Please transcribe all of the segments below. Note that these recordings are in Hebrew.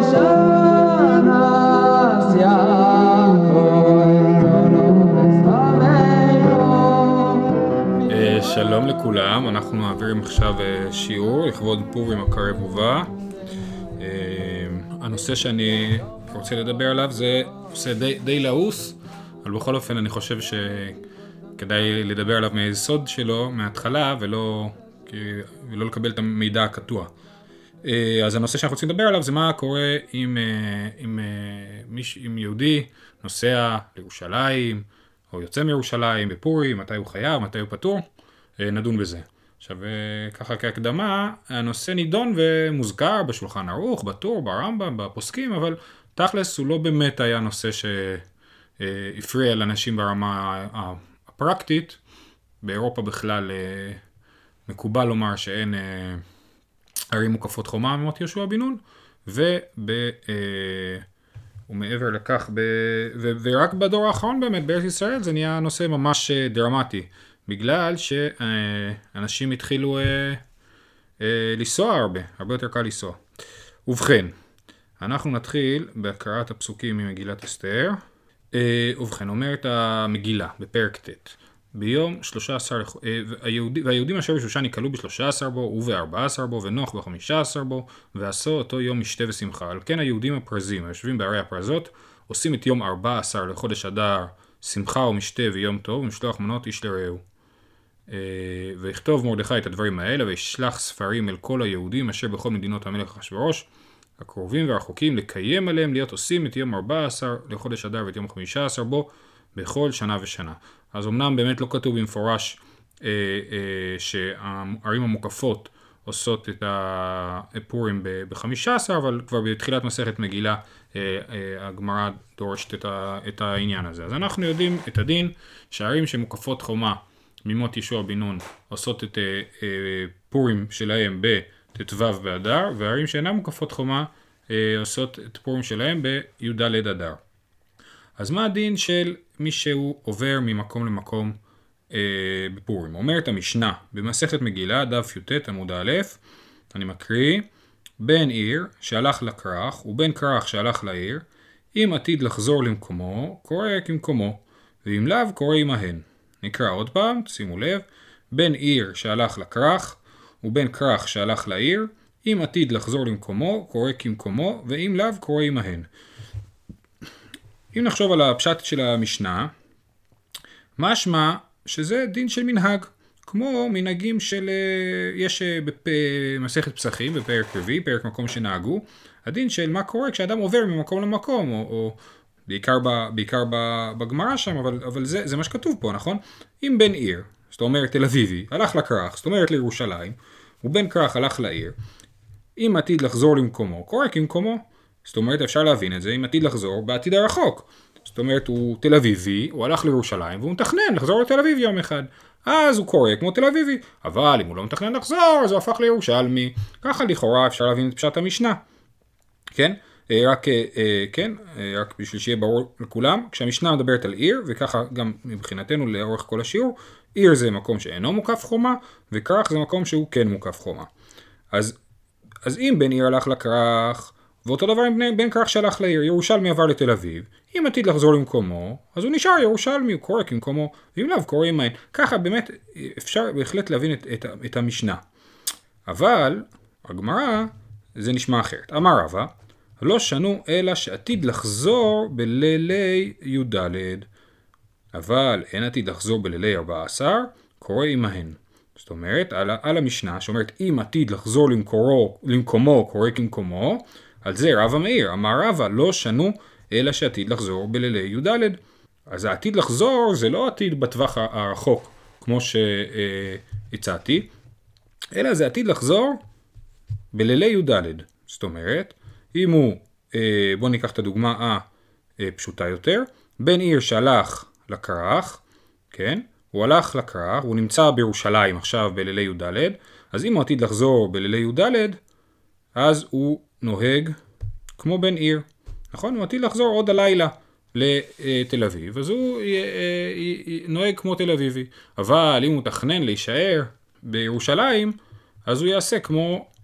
שלום לכולם, אנחנו מעבירים עכשיו שיעור לכבוד פורים הקרב ובא. הנושא שאני רוצה לדבר עליו זה נושא די לעוס, אבל בכל אופן אני חושב שכדאי לדבר עליו מהיסוד שלו מההתחלה ולא לקבל את המידע הקטוע. אז הנושא שאנחנו רוצים לדבר עליו זה מה קורה אם יהודי נוסע לירושלים או יוצא מירושלים בפורים, מתי הוא חייב, מתי הוא פטור. נדון בזה. עכשיו, ככה כהקדמה, הנושא נידון ומוזכר בשולחן ערוך, בטור, ברמב"ם, בפוסקים, אבל תכלס הוא לא באמת היה נושא שהפריע לאנשים ברמה הפרקטית. באירופה בכלל מקובל לומר שאין ערים מוקפות חומה ממות יהושע בן נון, ומעבר לכך, ורק בדור האחרון באמת בארץ ישראל זה נהיה נושא ממש דרמטי. בגלל שאנשים התחילו לנסוע הרבה יותר קל לנסוע. ובכן, אנחנו נתחיל בהקראת הפסוקים ממגילת אסתר. ובכן, אומרת המגילה בפרק ט' ביום 13, והיהודים אשר בשושן יקלו ב-13 בו וב-14 בו ונוח ב-15 בו ועשו אותו יום משתה ושמחה. על כן היהודים הפרזים היושבים בערי הפרזות עושים את יום 14 לחודש אדר שמחה ומשתה ויום טוב ומשלוח מנות איש לרעהו. ויכתוב מרדכי את הדברים האלה וישלח ספרים אל כל היהודים אשר בכל מדינות המלך אחשוורוש הקרובים והרחוקים לקיים עליהם להיות עושים את יום 14 לחודש אדר ואת יום 15 בו בכל שנה ושנה. אז אמנם באמת לא כתוב במפורש שהערים המוקפות עושות את הפורים ב-15, אבל כבר בתחילת מסכת מגילה הגמרא דורשת את העניין הזה. אז אנחנו יודעים את הדין שהערים שמוקפות חומה ממות יהושע בן נון עושות את פורים שלהם בט"ו באדר, והערים שאינם מוקפות חומה עושות את פורים שלהם בי"ד אדר. אז מה הדין של מי שהוא עובר ממקום למקום בפורים? אומרת המשנה במסכת מגילה דף י"ט עמוד א', אני מקריא: בן עיר שהלך לכרך ובן כרך שהלך לעיר, אם עתיד לחזור למקומו קורא כמקומו, ואם לאו קורא עמהן. נקרא עוד פעם, שימו לב: בן עיר שהלך לכרך ובן כרך שהלך לעיר, אם עתיד לחזור למקומו קורא כמקומו, ואם לאו קורא עמהן. אם נחשוב על הפשט של המשנה, משמע שזה דין של מנהג, כמו מנהגים של, יש במסכת פסחים בפרק רביעי, פרק מקום שנהגו, הדין של מה קורה כשאדם עובר ממקום למקום, או בעיקר בגמרא שם, אבל זה מה שכתוב פה, נכון? אם בן עיר, זאת אומרת תל אביבי, הלך לכרך, זאת אומרת לירושלים, ובן כרך הלך לעיר, אם עתיד לחזור למקומו, קורא כמקומו. זאת אומרת, אפשר להבין את זה, אם עתיד לחזור בעתיד הרחוק. זאת אומרת, הוא תל אביבי, הוא הלך לירושלים, והוא מתכנן לחזור לתל אביב יום אחד. אז הוא קורא כמו תל אביבי, אבל אם הוא לא מתכנן לחזור, אז הוא הפך לירושלמי. ככה לכאורה אפשר להבין את פשט המשנה. כן? רק בשביל שיהיה ברור לכולם, כשהמשנה מדברת על עיר, וככה גם מבחינתנו לאורך כל השיעור, עיר זה מקום שאינו מוקף חומה, וכרך זה מקום שהוא כן מוקף חומה. אז אם בן עיר הלך לכרך, ואותו דבר עם בן כרך שהלך לעיר, ירושלמי עבר לתל אביב, אם עתיד לחזור למקומו, אז הוא נשאר ירושלמי, הוא קורא כמקומו, ואם לאו קורא עמהן. ככה באמת אפשר בהחלט להבין את המשנה. אבל הגמרא זה נשמע אחרת. אמר רבא, לא שנו אלא שעתיד לחזור בלילי י"ד, אבל אין עתיד לחזור בלילי 14, קורא עמהן. זאת אומרת, על המשנה שאומרת אם עתיד לחזור למקומו קורא כמקומו, על זה רבא מאיר, אמר רבא, לא שנו אלא שעתיד לחזור בלילי י"ד. אז העתיד לחזור זה לא עתיד בטווח הרחוק כמו שהצעתי, אלא זה עתיד לחזור בלילי י"ד. זאת אומרת, אם הוא, בוא ניקח את הדוגמה הפשוטה יותר, בן עיר שהלך לכרך, כן? הוא הלך לכרך, הוא נמצא בירושלים עכשיו בלילי י"ד, אז אם הוא עתיד לחזור בלילי י"ד, אז הוא נוהג כמו בן עיר, נכון? הוא עתיד לחזור עוד הלילה לתל אביב, אז הוא נוהג כמו תל אביבי. אבל אם הוא תכנן להישאר בירושלים, אז הוא יעשה כמו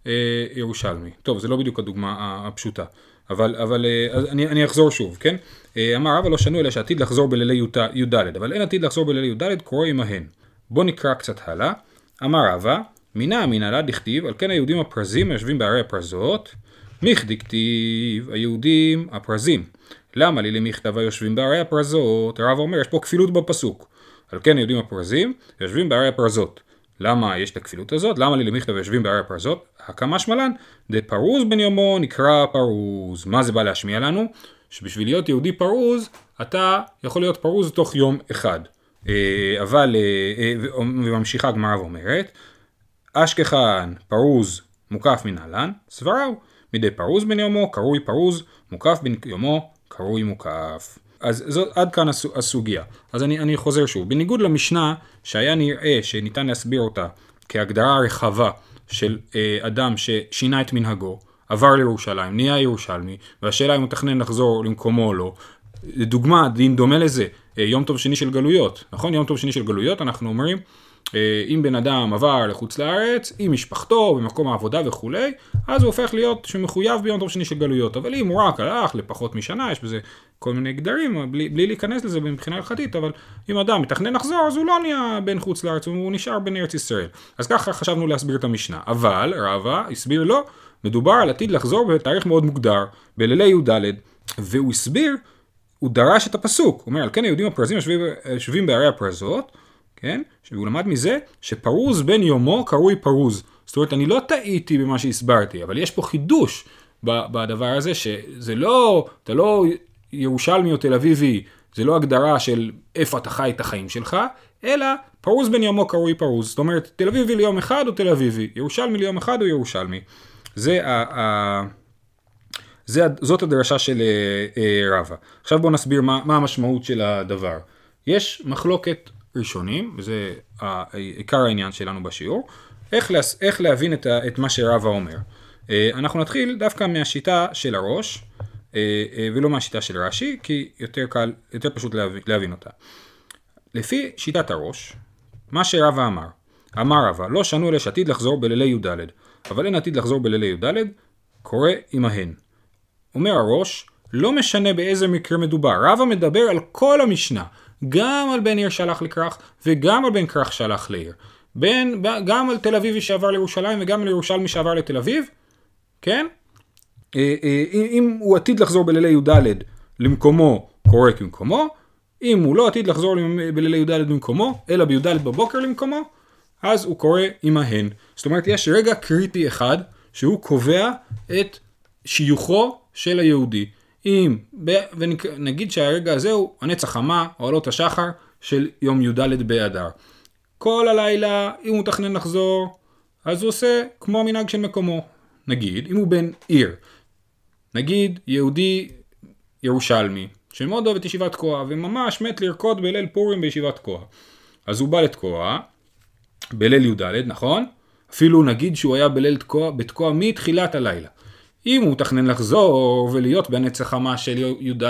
ירושלמי. טוב, זה לא בדיוק הדוגמה הפשוטה, אבל אני אחזור שוב, כן? אמר רבא לא שנו אלא שעתיד לחזור בלילי י"ד, אבל אין עתיד לחזור בלילי י"ד, קורא עמהן. בוא נקרא קצת הלאה. אמר רבא, מינה המנהלה דכתיב, על כן היהודים הפרזים היושבים בערי הפרזות, מכדי כתיב, היהודים הפרזים. למה לי למכתב היושבים בערי הפרזות? הרב אומר, יש פה כפילות בפסוק. על כן היהודים הפרזים יושבים בערי הפרזות. למה יש את הכפילות הזאת? למה לי למכתב יושבים בערי הפרזות? הקמה שמלן, דפרוז בן יומו נקרא פרוז. מה זה בא להשמיע לנו? שבשביל להיות יהודי פרוז, אתה יכול להיות פרוז תוך יום אחד. אבל, וממשיכה הגמרא ואומרת, אשכחן פרוז מוקף מנהלן, סבראו, מדי פרוז בן יומו קרוי פרוז, מוקף בן יומו קרוי מוקף. אז זאת עד כאן הסוגיה. אז אני חוזר שוב. בניגוד למשנה שהיה נראה שניתן להסביר אותה כהגדרה רחבה של אדם ששינה את מנהגו, עבר לירושלים, נהיה ירושלמי, והשאלה אם הוא תכנן לחזור למקומו או לא. דוגמה, דין דומה לזה, יום טוב שני של גלויות. נכון? יום טוב שני של גלויות אנחנו אומרים, אם בן אדם עבר לחוץ לארץ, עם משפחתו, במקום העבודה וכו', אז הוא הופך להיות שמחויב ביום טוב שני של גלויות. אבל אם הוא רק הלך לפחות משנה, יש בזה כל מיני גדרים, בלי להיכנס לזה מבחינה הלכתית, אבל אם אדם מתכנן לחזור, אז הוא לא נהיה בין חוץ לארץ, הוא נשאר בין ארץ ישראל. אז ככה חשבנו להסביר את המשנה. אבל רבא הסביר לו, מדובר על עתיד לחזור בתאריך מאוד מוגדר, בלילי י"ד, והוא הסביר, הוא דרש את הפסוק. הוא אומר, על כן היהודים הפרזים יושבים בערי הפרזות, כן? והוא למד מזה שפרוז בן יומו קרוי פרוז. זאת אומרת, אני לא טעיתי במה שהסברתי, אבל יש פה חידוש בדבר הזה, שזה לא, אתה לא ירושלמי או תל אביבי, זה לא הגדרה של איפה אתה חי את החיים שלך, אלא פרוז בן יומו קרוי פרוז. זאת אומרת, תל אביבי ליום אחד או תל אביבי, ירושלמי ליום אחד או ירושלמי. זאת הדרשה של רבא. עכשיו בואו נסביר מה המשמעות של הדבר. יש מחלוקת ראשונים, וזה עיקר העניין שלנו בשיעור, איך להבין את מה שרבא אומר. אנחנו נתחיל דווקא מהשיטה של הראש, ולא מהשיטה של רש"י, כי יותר פשוט להבין אותה. לפי שיטת הראש, מה שרבא אמר רבא, לא שנו אלא שעתיד לחזור בלילי י"ד, אבל אין עתיד לחזור בלילי י"ד, קורא עמהן. אומר הראש, לא משנה באיזה מקרה מדובר, רבא מדבר על כל המשנה, גם על בן עיר שהלך לכרך, וגם על בן כרך שהלך לעיר. גם על תל אביבי שעבר לירושלים, וגם על ירושלמי שעבר לתל אביב, כן? אם הוא עתיד לחזור בלילי י"ד למקומו, קורא כמקומו, אם הוא לא עתיד לחזור בלילי י"ד למקומו, אלא בי"ד בבוקר למקומו, אז הוא קורא עמהן. זאת אומרת, יש רגע קריטי אחד, שהוא קובע את שיוכו של היהודי. ונגיד שהרגע הזה הוא הנץ החמה או עלות השחר של יום י"ד באדר. כל הלילה, אם הוא תכנן לחזור, אז הוא עושה כמו המנהג של מקומו. נגיד, אם הוא בן עיר, נגיד יהודי ירושלמי, שמאוד אוהב את ישיבת תקוע, וממש מת לרקוד בליל פורים בישיבת תקוע. אז הוא בא לתקוע, בליל י"ד, נכון? אפילו נגיד שהוא היה בתקוע מתחילת הלילה. אם הוא תכנן לחזור ולהיות בנץ החמה של י"ד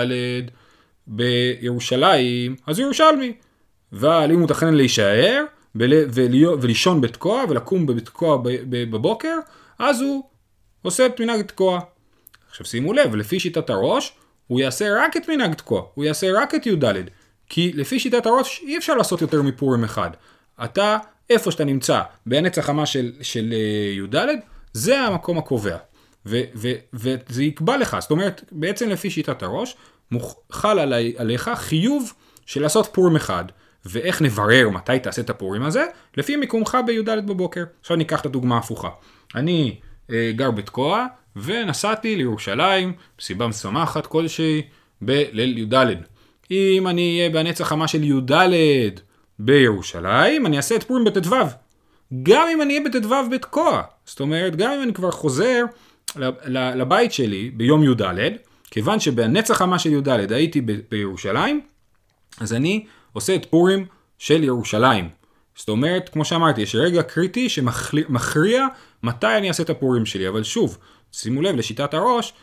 בירושלים, אז הוא ירושלמי. אבל אם הוא תכנן להישאר ולישון בתקוע ולקום בתקוע בבוקר, אז הוא עושה את מנהג תקוע. עכשיו שימו לב, לפי שיטת הראש, הוא יעשה רק את מנהג תקוע, הוא יעשה רק את י"ד. כי לפי שיטת הראש אי אפשר לעשות יותר מפורים אחד. אתה, איפה שאתה נמצא, בנץ החמה של י"ד, זה המקום הקובע. וזה יקבע לך, זאת אומרת, בעצם לפי שיטת הראש, חל עליך חיוב של לעשות פורים אחד, ואיך נברר מתי תעשה את הפורים הזה, לפי מיקומך בי"ד בבוקר. עכשיו ניקח את הדוגמה ההפוכה. אני גר בתקוע, ונסעתי לירושלים, בסיבה משמחת כלשהי, בליל י"ד. אם אני אהיה בנץ החמה של י"ד בירושלים, אני אעשה את פורים בט"ו. גם אם אני אהיה בט"ו בתקוע, זאת אומרת, גם אם אני כבר חוזר לבית שלי ביום י"ד, כיוון שבנץ החמה של י"ד הייתי בירושלים, אז אני עושה את פורים של ירושלים. זאת אומרת, כמו שאמרתי, יש רגע קריטי שמכריע מתי אני אעשה את הפורים שלי. אבל שוב, שימו לב, לשיטת הראש,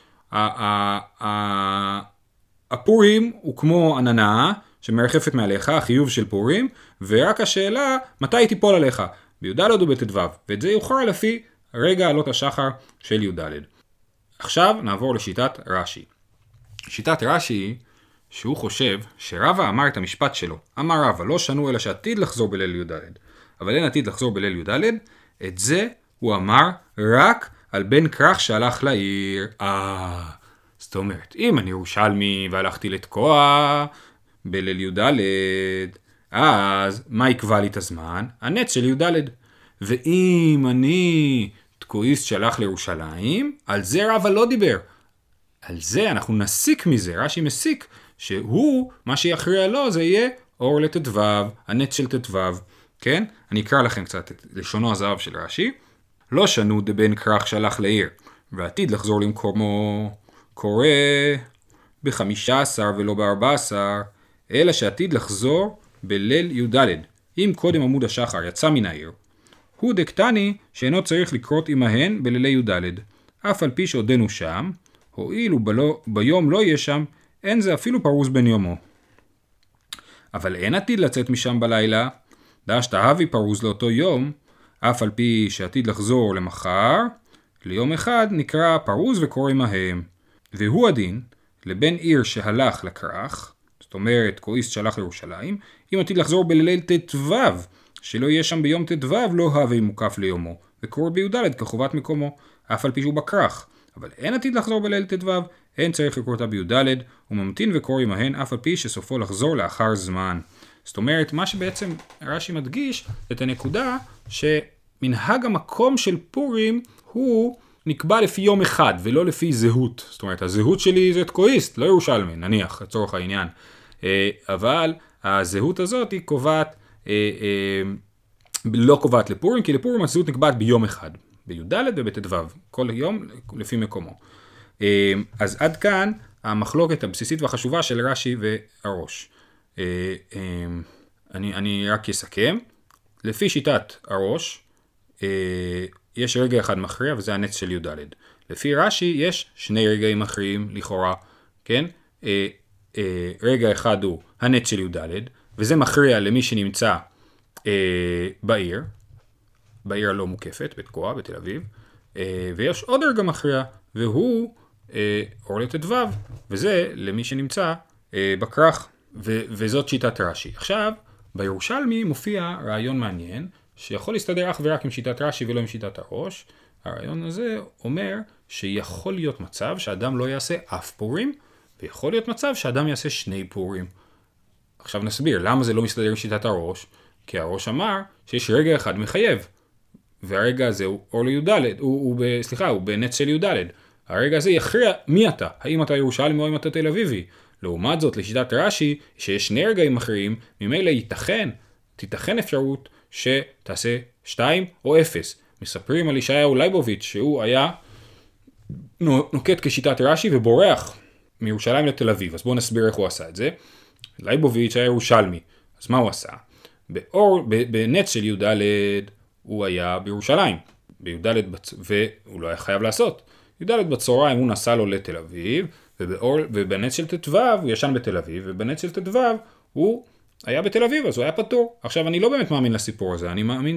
הפורים הוא כמו עננה שמרחפת מעליך, החיוב של פורים, ורק השאלה מתי תיפול עליך, בי"ד או בט"ו, ואת זה יוכרע לפי רגע עלות השחר של י"ד. עכשיו נעבור לשיטת רש"י. שיטת רש"י היא שהוא חושב שרבא אמר את המשפט שלו. אמר רבא, לא שנו אלא שעתיד לחזור בליל י"ד. אבל אין עתיד לחזור בליל י"ד, את זה הוא אמר רק על בן כרך שהלך לעיר. זאת אומרת, אם אני ירושלמי והלכתי לתקוע בליל י"ד, אז מה יקבע לי את הזמן? הנץ של י"ד. ואם אני תקועיסט שהלך לירושלים, על זה רבא לא דיבר. על זה אנחנו נסיק מזה, רש"י מסיק, שהוא, מה שיכריע לו זה יהיה אור לט"ו, הנץ של ט"ו, כן? אני אקרא לכם קצת את לשונו הזהב של רש"י. לא שנו דבן כרך שהלך לעיר, ועתיד לחזור למקומו, קורא ב-15 ולא ב-14, אלא שעתיד לחזור בליל י"ד, אם קודם עמוד השחר יצא מן העיר. הוא דקטני שאינו צריך לקרות עמהן בלילי י"ד, אף על פי שעודנו שם, הואיל וביום לא יהיה שם, אין זה אפילו פרוז בן יומו. אבל אין עתיד לצאת משם בלילה, דאשת אהבי פרוז לאותו יום, אף על פי שעתיד לחזור למחר, ליום אחד נקרא פרוז וקורא מהם. והוא הדין לבן עיר שהלך לכרך, זאת אומרת תקועיסט שהלך לירושלים, אם עתיד לחזור בליל ט"ו, שלא יהיה שם ביום ט"ו, לא הווה מוקף ליומו, וקורא בי"ד כחובת מקומו, אף על פי שהוא בכרך. אבל אין עתיד לחזור בליל ט"ו, אין צריך לקרוא אותה בי"ד, הוא ממתין וקורא עמהן, אף על פי שסופו לחזור לאחר זמן. זאת אומרת, מה שבעצם רש"י מדגיש את הנקודה שמנהג המקום של פורים הוא נקבע לפי יום אחד ולא לפי זהות. זאת אומרת, הזהות שלי זה תקועיסט, לא ירושלמי, נניח, לצורך העניין. אבל הזהות הזאת היא קובעת, לא קובעת לפורים, כי לפורים הזהות נקבעת ביום אחד, בי"ד ובט"ו, כל יום לפי מקומו. אז עד כאן המחלוקת הבסיסית והחשובה של רש"י והראש. אני רק אסכם. לפי שיטת הראש, יש רגע אחד מכריע וזה הנץ של י"ד. לפי רש"י יש שני רגעים מכריעים לכאורה, כן? רגע אחד הוא הנץ של י"ד, וזה מכריע למי שנמצא בעיר הלא מוקפת, בתקוע, בתל אביב, ויש עוד רגע מכריע, והוא אור לט"ו, וזה למי שנמצא בכרך, וזאת שיטת רש"י. עכשיו, בירושלמי מופיע רעיון מעניין, שיכול להסתדר אך ורק עם שיטת רש"י ולא עם שיטת הראש. הרעיון הזה אומר שיכול להיות מצב שאדם לא יעשה אף פורים, ויכול להיות מצב שאדם יעשה שני פורים. עכשיו נסביר, למה זה לא מסתדר עם שיטת הראש? כי הראש אמר שיש רגע אחד מחייב, והרגע הזה הוא אור לי"ד, הוא בנץ של י"ד. הרגע הזה יכריע מי אתה, האם אתה ירושלמי או אם אתה תל אביבי. לעומת זאת, לשיטת רש"י, שיש שני רגעים אחרים, ממילא תיתכן אפשרות שתעשה 2 או 0. מספרים על ישעיהו ליבוביץ' שהוא היה נוקט כשיטת רש"י ובורח מירושלים לתל אביב. אז בואו נסביר איך הוא עשה את זה. ליבוביץ' היה ירושלמי, אז מה הוא עשה? בנץ של י"ד הוא היה בירושלים, בי"ד והוא לא היה חייב לעשות. י"ד בצהריים הוא נסע לו לתל אביב, ובנץ של ט"ו הוא ישן בתל אביב, ובנץ של ט"ו הוא היה בתל אביב, אז הוא היה פטור. עכשיו אני לא באמת מאמין לסיפור הזה, אני מאמין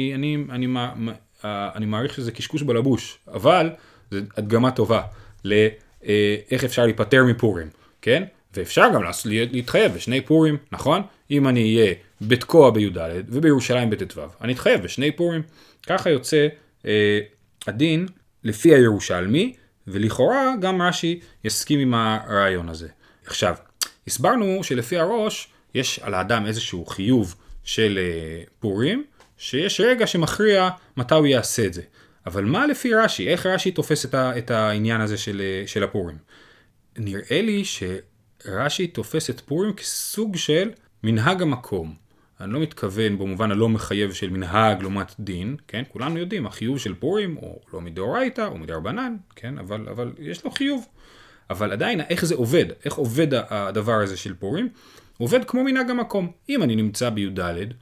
אני מעריך שזה קשקוש בלבוש, אבל זו הדגמה טובה לאיך אפשר להיפטר מפורים, כן? ואפשר גם להתחייב בשני פורים, נכון? אם אני אהיה בתקוע בי"ד ובירושלים בט"ו, אני אתחייב בשני פורים. ככה יוצא הדין לפי הירושלמי, ולכאורה גם רש"י יסכים עם הרעיון הזה. עכשיו, הסברנו שלפי הראש יש על האדם איזשהו חיוב של פורים, שיש רגע שמכריע מתי הוא יעשה את זה. אבל מה לפי רש"י? איך רש"י תופס את העניין הזה של הפורים? נראה לי שרש"י תופס את פורים כסוג של מנהג המקום. אני לא מתכוון במובן הלא מחייב של מנהג לעומת דין, כן? כולנו יודעים, החיוב של פורים הוא לא מדאורייתא או מדרבנן, כן? אבל יש לו חיוב. אבל עדיין, איך זה עובד? איך עובד הדבר הזה של פורים? הוא עובד כמו מנהג המקום. אם אני נמצא בי"ד,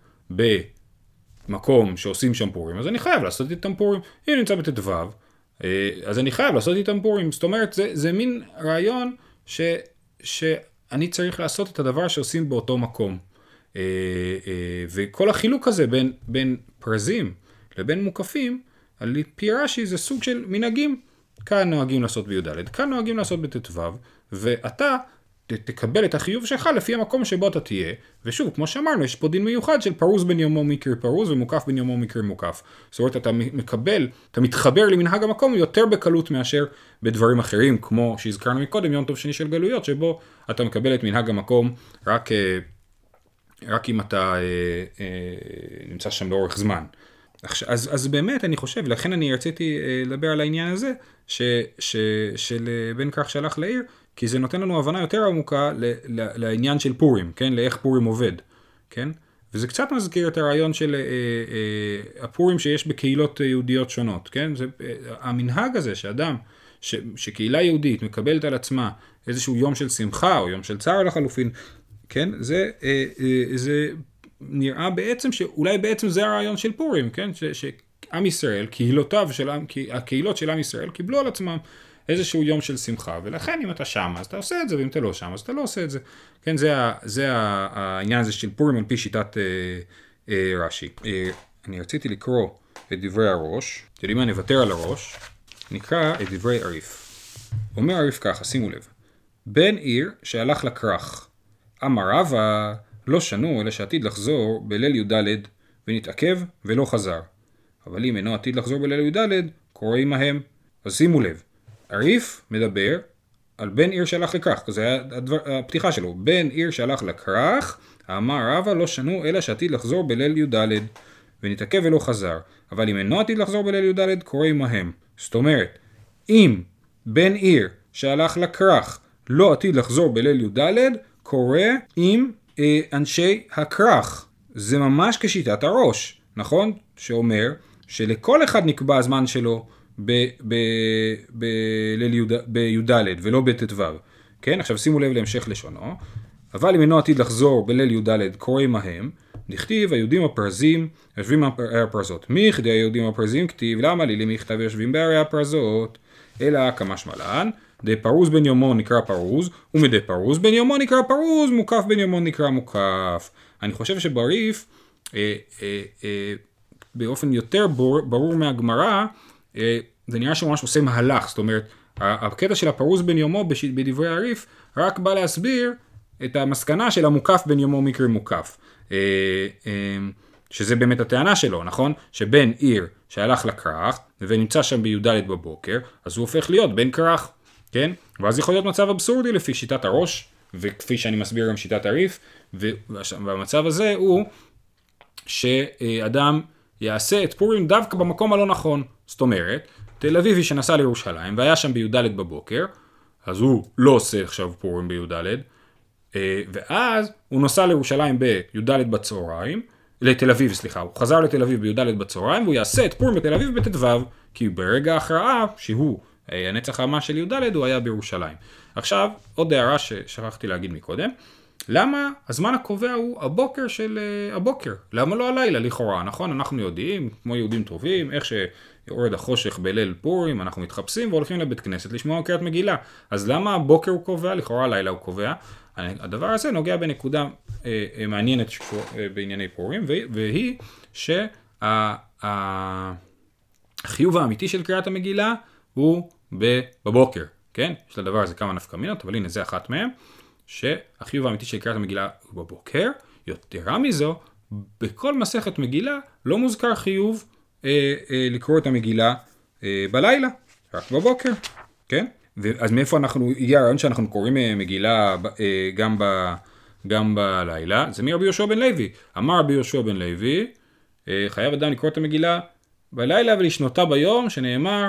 במקום שעושים שם פורים, אז אני חייב לעשות איתם פורים. אם אני נמצא בט"ו, אז אני חייב לעשות איתם פורים. זאת אומרת, זה מין רעיון שאני צריך לעשות את הדבר שעושים באותו מקום. וכל החילוק הזה בין פרזים לבין מוקפים, על פי רש"י זה סוג של מנהגים, כאן נוהגים לעשות בי"ד, כאן נוהגים לעשות בט"ו, ואתה תקבל את החיוב שלך לפי המקום שבו אתה תהיה, ושוב, כמו שאמרנו, יש פה דין מיוחד של פרוז בן יומו מקרה פרוז, ומוקף בן יומו מקרה מוקף. זאת אומרת, אתה מקבל, אתה מתחבר למנהג המקום יותר בקלות מאשר בדברים אחרים, כמו שהזכרנו מקודם, יום טוב שני של גלויות, שבו אתה מקבל את מנהג המקום רק אם אתה נמצא שם באורך זמן. אז באמת אני חושב, לכן אני רציתי לדבר על העניין הזה, של בן כך שהלך לעיר, כי זה נותן לנו הבנה יותר עמוקה לעניין של פורים, כן? לאיך פורים עובד, כן? וזה קצת מזכיר את הרעיון של הפורים שיש בקהילות יהודיות שונות, כן? זה, המנהג הזה שאדם, שקהילה יהודית מקבלת על עצמה איזשהו יום של שמחה או יום של צער לחלופין, כן? זה נראה בעצם שאולי בעצם זה הרעיון של פורים, כן? שעם ישראל, הקהילות של עם ישראל קיבלו על עצמם איזשהו יום של שמחה, ולכן אם אתה שם אז אתה עושה את זה, ואם אתה לא שם אז אתה לא עושה את זה. כן, זה העניין הזה של פורים על פי שיטת רש"י. אני רציתי לקרוא את דברי הראש, יודעים מה, נוותר על הראש, נקרא את דברי עריף. אומר עריף ככה, שימו לב, בן עיר שהלך לכרך, אמר רבא לא שנו אלא שעתיד לחזור בליל י"ד ונתעכב ולא חזר. אבל אם אינו עתיד לחזור בליל י"ד, קורא עמהם. אז שימו לב, עריף מדבר על בן עיר שהלך לכרך, זה היה הפתיחה שלו, בן עיר שהלך לכרך, אמר רבא לא שנו אלא שעתיד לחזור בליל י"ד ונתעכב ולא חזר. אבל אם אינו עתיד לחזור בליל י"ד, קורא עמהם. זאת אומרת, אם בן עיר שהלך לכרך לא עתיד לחזור בליל י"ד, קורא עם אנשי הכרך. זה ממש כשיטת הראש, נכון? שאומר שלכל אחד נקבע הזמן שלו בי"ד ולא בט"ו. כן? עכשיו שימו לב להמשך לשונו. אבל אם אינו עתיד לחזור בליל י"ד, קורא עמהם, נכתיב היהודים הפרזים יושבים בערי הפרזות. מי כדי היהודים הפרזים כתיב? למה לי למכתב יושבים בערי הפרזות? אלא כמשמע לן, די פרוז בן יומו נקרא פרוז, ומדי פרוז בן יומו נקרא פרוז, מוקף בן יומו נקרא מוקף. אני חושב שבריף, באופן יותר ברור מהגמרא, זה נראה שממש עושה מהלך, זאת אומרת, הקטע של הפרוז בן יומו בדברי הריף, רק בא להסביר את המסקנה של המוקף בן יומו מקרה מוקף. שזה באמת הטענה שלו, נכון? שבן עיר שהלך לכרך, ונמצא שם בי"ד בבוקר, אז הוא הופך להיות בן כרך, כן? ואז יכול להיות מצב אבסורדי לפי שיטת הראש, וכפי שאני מסביר גם שיטת הריף, והמצב הזה הוא שאדם יעשה את פורים דווקא במקום הלא נכון. זאת אומרת, תל אביבי שנסע לירושלים, והיה שם בי"ד בבוקר, אז הוא לא עושה עכשיו פורים בי"ד, ואז הוא נוסע לירושלים בי"ד בצהריים, לתל אביב, סליחה, הוא חזר לתל אביב בי"ד בצהריים, והוא יעשה את פורים בתל אביב בט"ו, כי ברגע ההכרעה, שהוא הנצח האמה של י"ד, הוא היה בירושלים. עכשיו, עוד הערה ששכחתי להגיד מקודם, למה הזמן הקובע הוא הבוקר של הבוקר? למה לא הלילה לכאורה? נכון, אנחנו יודעים, כמו יהודים טובים, איך שיורד החושך בליל פורים, אנחנו מתחפשים והולכים לבית כנסת לשמוע קריאת מגילה. אז למה הבוקר הוא קובע? לכאורה הלילה הוא קובע. הדבר הזה נוגע בנקודה מעניינת בענייני פורים, והיא שהחיוב האמיתי של קריאת המגילה הוא בבוקר, כן? יש לדבר הזה כמה נפקמינות, אבל הנה זה אחת מהם, שהחיוב האמיתי של קריאת המגילה הוא בבוקר. יתרה מזו, בכל מסכת מגילה לא מוזכר חיוב לקרוא את המגילה בלילה, רק בבוקר, כן? אז מאיפה הגיע הרעיון שאנחנו קוראים מגילה גם בלילה? זה מרבי יהושע בן לוי. אמר רבי יהושע בן לוי, חייב אדם לקרוא את המגילה בלילה ולשנותה ביום, שנאמר,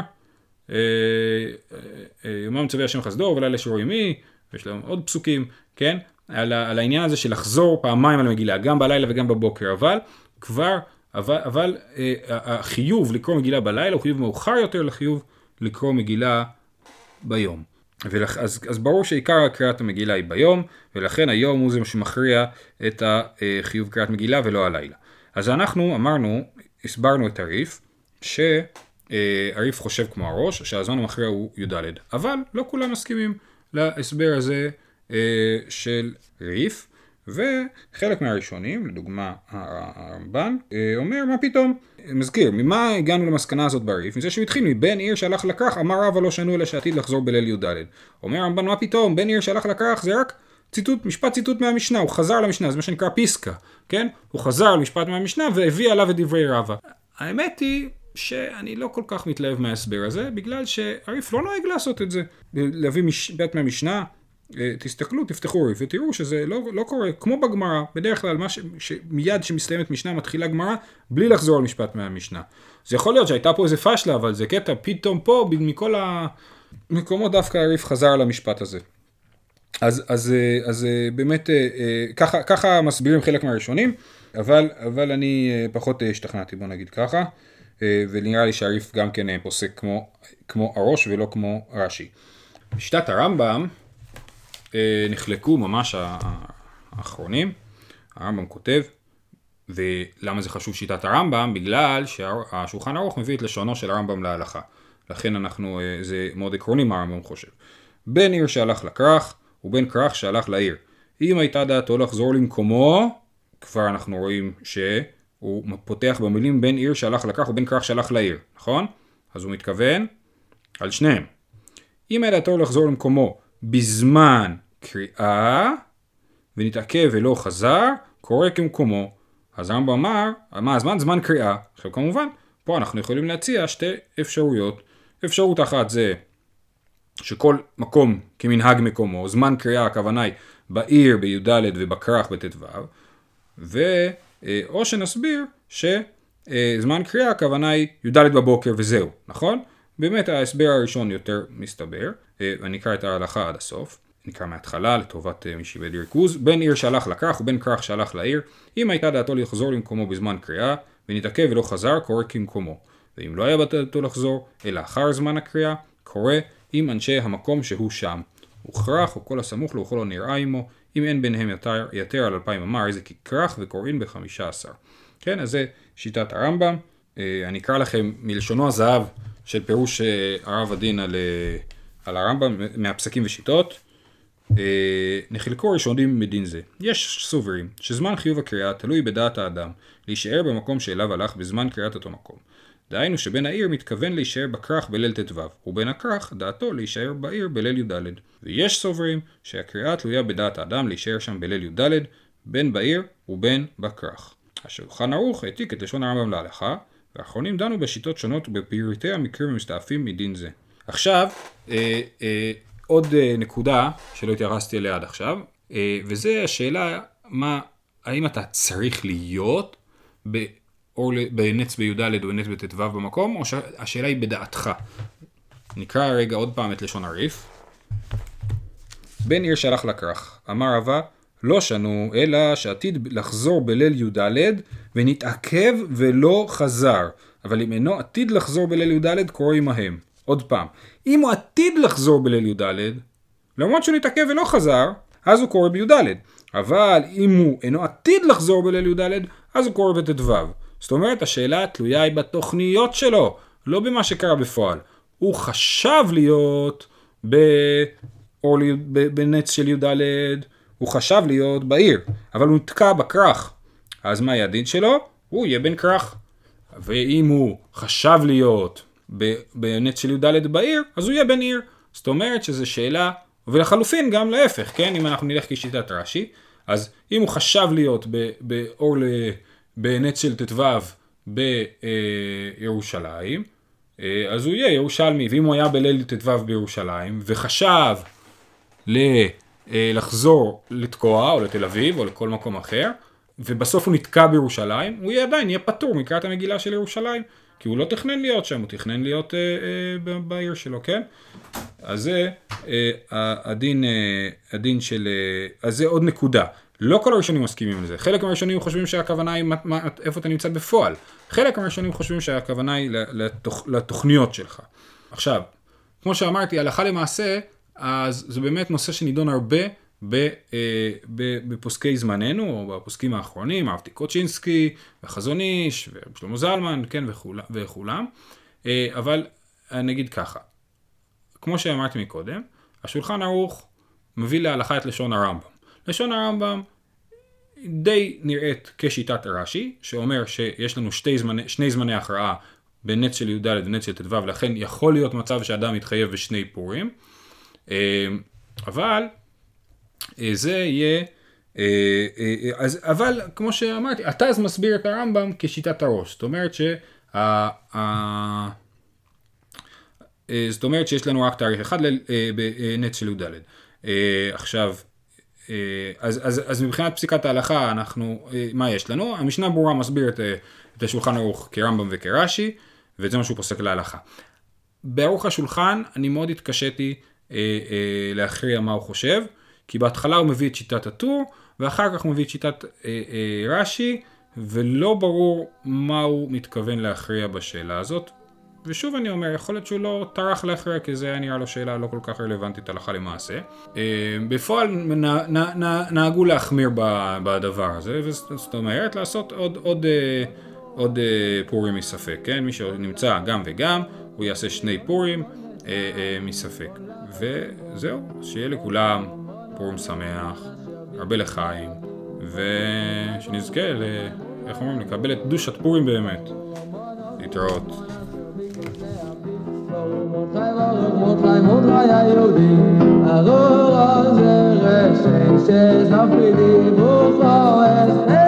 יומם צווה השם חסדו ולילה שירו ימי, ויש להם עוד פסוקים, כן? על העניין הזה של לחזור פעמיים על המגילה, גם בלילה וגם בבוקר, אבל החיוב לקרוא מגילה בלילה הוא חיוב מאוחר יותר לחיוב לקרוא מגילה ביום. אז ברור שעיקר קריאת המגילה היא ביום, ולכן היום הוא זה שמכריע את החיוב קריאת מגילה ולא הלילה. אז אנחנו הסברנו את הריף, שהריף חושב כמו הראש, שהזמן המכריע הוא י"ד. אבל לא כולם מסכימים להסבר הזה של ריף, וחלק מהראשונים, לדוגמה הרמב"ן, אומר מה פתאום, מזכיר, ממה הגענו למסקנה הזאת בריף? מזה שהוא התחיל מבן עיר שהלך לכרך, אמר רבא לא שנו אלא שעתיד לחזור בליל י"ד. אומר הרמב"ן מה פתאום, בן עיר שהלך לכרך זה רק ציטוט, משפט ציטוט מהמשנה, הוא חזר למשנה, זה מה שנקרא פיסקה, כן? הוא חזר על משפט מהמשנה והביא עליו את דברי רבא. האמת היא שאני לא כל כך מתלהב מההסבר הזה, בגלל שהריף לא נוהג לעשות את זה. להביא משפט מהמשנה, תסתכלו, תפתחו ריף ותראו שזה לא קורה, כמו בגמרא, בדרך כלל מיד שמסתיימת משנה מתחילה גמרא, בלי לחזור על משפט מהמשנה. זה יכול להיות שהייתה פה איזה פשלה, אבל זה קטע פתאום פה, מכל המקומות דווקא הריף חזר על המשפט הזה. אז באמת ככה מסבירים חלק מהראשונים, אבל אני פחות השתכנעתי, בוא נגיד ככה, ונראה לי שהריף גם כן פוסק כמו הראש ולא כמו רש"י. בשיטת הרמב"ם נחלקו ממש האחרונים, הרמב"ם כותב, ולמה זה חשוב שיטת הרמב"ם? בגלל שהשולחן ערוך מביא את לשונו של הרמב"ם להלכה. לכן זה מאוד עקרוני מה הרמב"ם חושב. בן עיר שהלך לכרך, ובין כרך שהלך לעיר. אם הייתה דעתו לחזור למקומו, כבר אנחנו רואים שהוא פותח במילים בין עיר שהלך לכרך ובין כרך שהלך לעיר, נכון? אז הוא מתכוון על שניהם. אם הייתה דעתו לחזור למקומו בזמן קריאה, ונתעכב ולא חזר, קורא כמקומו. אז הרמב"ם אמר, מה הזמן? זמן קריאה. עכשיו כמובן, פה אנחנו יכולים להציע שתי אפשרויות. אפשרות אחת זה שכל מקום כמנהג מקומו, זמן קריאה הכוונה היא בעיר בי"ד ובכרך בט"ו, או שנסביר שזמן קריאה הכוונה היא י"ד בבוקר וזהו, נכון? באמת ההסבר הראשון יותר מסתבר, ואני אקרא את ההלכה עד הסוף, נקרא מההתחלה לטובת מי שאיבד ריכוז. בין עיר שהלך לכרך ובין כרך שהלך לעיר, אם הייתה דעתו לחזור למקומו בזמן קריאה, ונתעכב ולא חזר, קורא כמקומו. ואם לא היה דעתו לחזור, אלא אחר זמן הקריאה, קורא עם אנשי המקום שהוא שם. וכרך וכל הסמוך לו וכל הנראה עמו, אם אין ביניהם יתר על 2,000 אמר, איזה כי כרך וקוראין ב15. כן, אז זה שיטת הרמב"ם. אני אקרא לכם מלשונו הזהב של פירוש הרב הדין על הרמב"ם מהפסקים ושיטות. נחלקו ראשונים מדין זה. יש סוברים שזמן חיוב הקריאה תלוי בדעת האדם להישאר במקום שאליו הלך בזמן קריאת אותו מקום. דהיינו שבין העיר מתכוון להישאר בכרך בליל ט"ו, ובין הכרך דעתו להישאר בעיר בליל י"ד. ויש סוברים שהקריאה תלויה בדעת האדם להישאר שם בליל י"ד, בין בעיר ובין בכרך. השולחן ערוך העתיק את לשון הרמב"ם להלכה, והאחרונים דנו בשיטות שונות ובפרטי המקרים המסתעפים מדין זה. עכשיו, עוד נקודה שלא התייחסתי אליה עד עכשיו, וזה השאלה, האם אתה צריך להיות בנץ בי"ד או בנץ בט"ו במקום, או שהשאלה היא בדעתך. נקרא רגע עוד פעם את לשון הריף. בן עיר שהלך לכרך, אמר רבא, לא שנו, אלא שעתיד לחזור בליל י"ד, ונתעכב ולא חזר. אבל אם אינו עתיד לחזור בליל י"ד, קורא עמהם. עוד פעם, אם הוא עתיד לחזור בליל י"ד, למרות שהוא נתעכב ולא חזר, אז הוא קורא בי"ד. אבל אם הוא אינו עתיד לחזור בליל י"ד, אז הוא קורא בט"ו. זאת אומרת, השאלה תלויה היא בתוכניות שלו, לא במה שקרה בפועל. הוא חשב להיות בנץ של י"ד, הוא חשב להיות בעיר, אבל הוא נתקע בכרך. אז מה יהיה הדין שלו? הוא יהיה בן כרך. ואם הוא חשב להיות בנץ של י"ד בעיר, אז הוא יהיה בן עיר. זאת אומרת שזו שאלה, ולחלופין גם להפך, כן? אם אנחנו נלך כשיטת רש"י, אז אם הוא חשב להיות בנץ של ט"ו בירושלים, אז הוא יהיה ירושלמי. ואם הוא היה בליל ט"ו בירושלים, וחשב לחזור לתקוע או לתל אביב או לכל מקום אחר, ובסוף הוא נתקע בירושלים, הוא עדיין יהיה פטור מקראת המגילה של ירושלים, כי הוא לא תכנן להיות שם, הוא תכנן להיות בעיר שלו, כן? אז זה הדין של, אז זה עוד נקודה. לא כל הראשונים מסכימים לזה. חלק מהראשונים חושבים שהכוונה היא איפה אתה נמצא בפועל. חלק מהראשונים חושבים שהכוונה היא לתוכניות שלך. עכשיו, כמו שאמרתי, הלכה למעשה, אז זה באמת נושא שנידון הרבה בפוסקי זמננו, או בפוסקים האחרונים, הרב טיקוצ'ינסקי, וחזון איש, ושלמה זלמן, כן, וכולם. אבל נגיד ככה, כמו שאמרתי מקודם, השולחן ערוך מביא להלכה את לשון הרמב"ם. לשון הרמב"ם די נראית כשיטת רש"י, שאומר שיש לנו שני זמני הכרעה בנץ של י"ד ונץ של ט"ו, לכן יכול להיות מצב שאדם יתחייב בשני פורים, אבל זה יהיה, אבל כמו שאמרתי, אתה אז מסביר את הרמב"ם כשיטת הראש, זאת אומרת שיש לנו רק תאריך אחד בנץ של י"ד. עכשיו, אז מבחינת פסיקת ההלכה, אנחנו, מה יש לנו? המשנה ברורה מסביר את השולחן ערוך כרמב"ם וכרש"י, וזה מה שהוא פוסק להלכה. בערוך השולחן אני מאוד התקשיתי להכריע מה הוא חושב, כי בהתחלה הוא מביא את שיטת הטור, ואחר כך הוא מביא את שיטת רש"י, ולא ברור מה הוא מתכוון להכריע בשאלה הזאת. ושוב אני אומר, יכול להיות שהוא לא טרח להכריע, כי זה היה נראה לו שאלה לא כל כך רלוונטית הלכה למעשה. בפועל נהגו להחמיר בדבר הזה, זאת אומרת לעשות עוד פורים מספק, כן? מי שנמצא גם וגם, הוא יעשה שני פורים מספק. וזהו, שיהיה לכולם פורים שמח, הרבה לחיים, ושנזכה, איך אומרים, לקבל את קדושת פורים באמת. להתראות. Says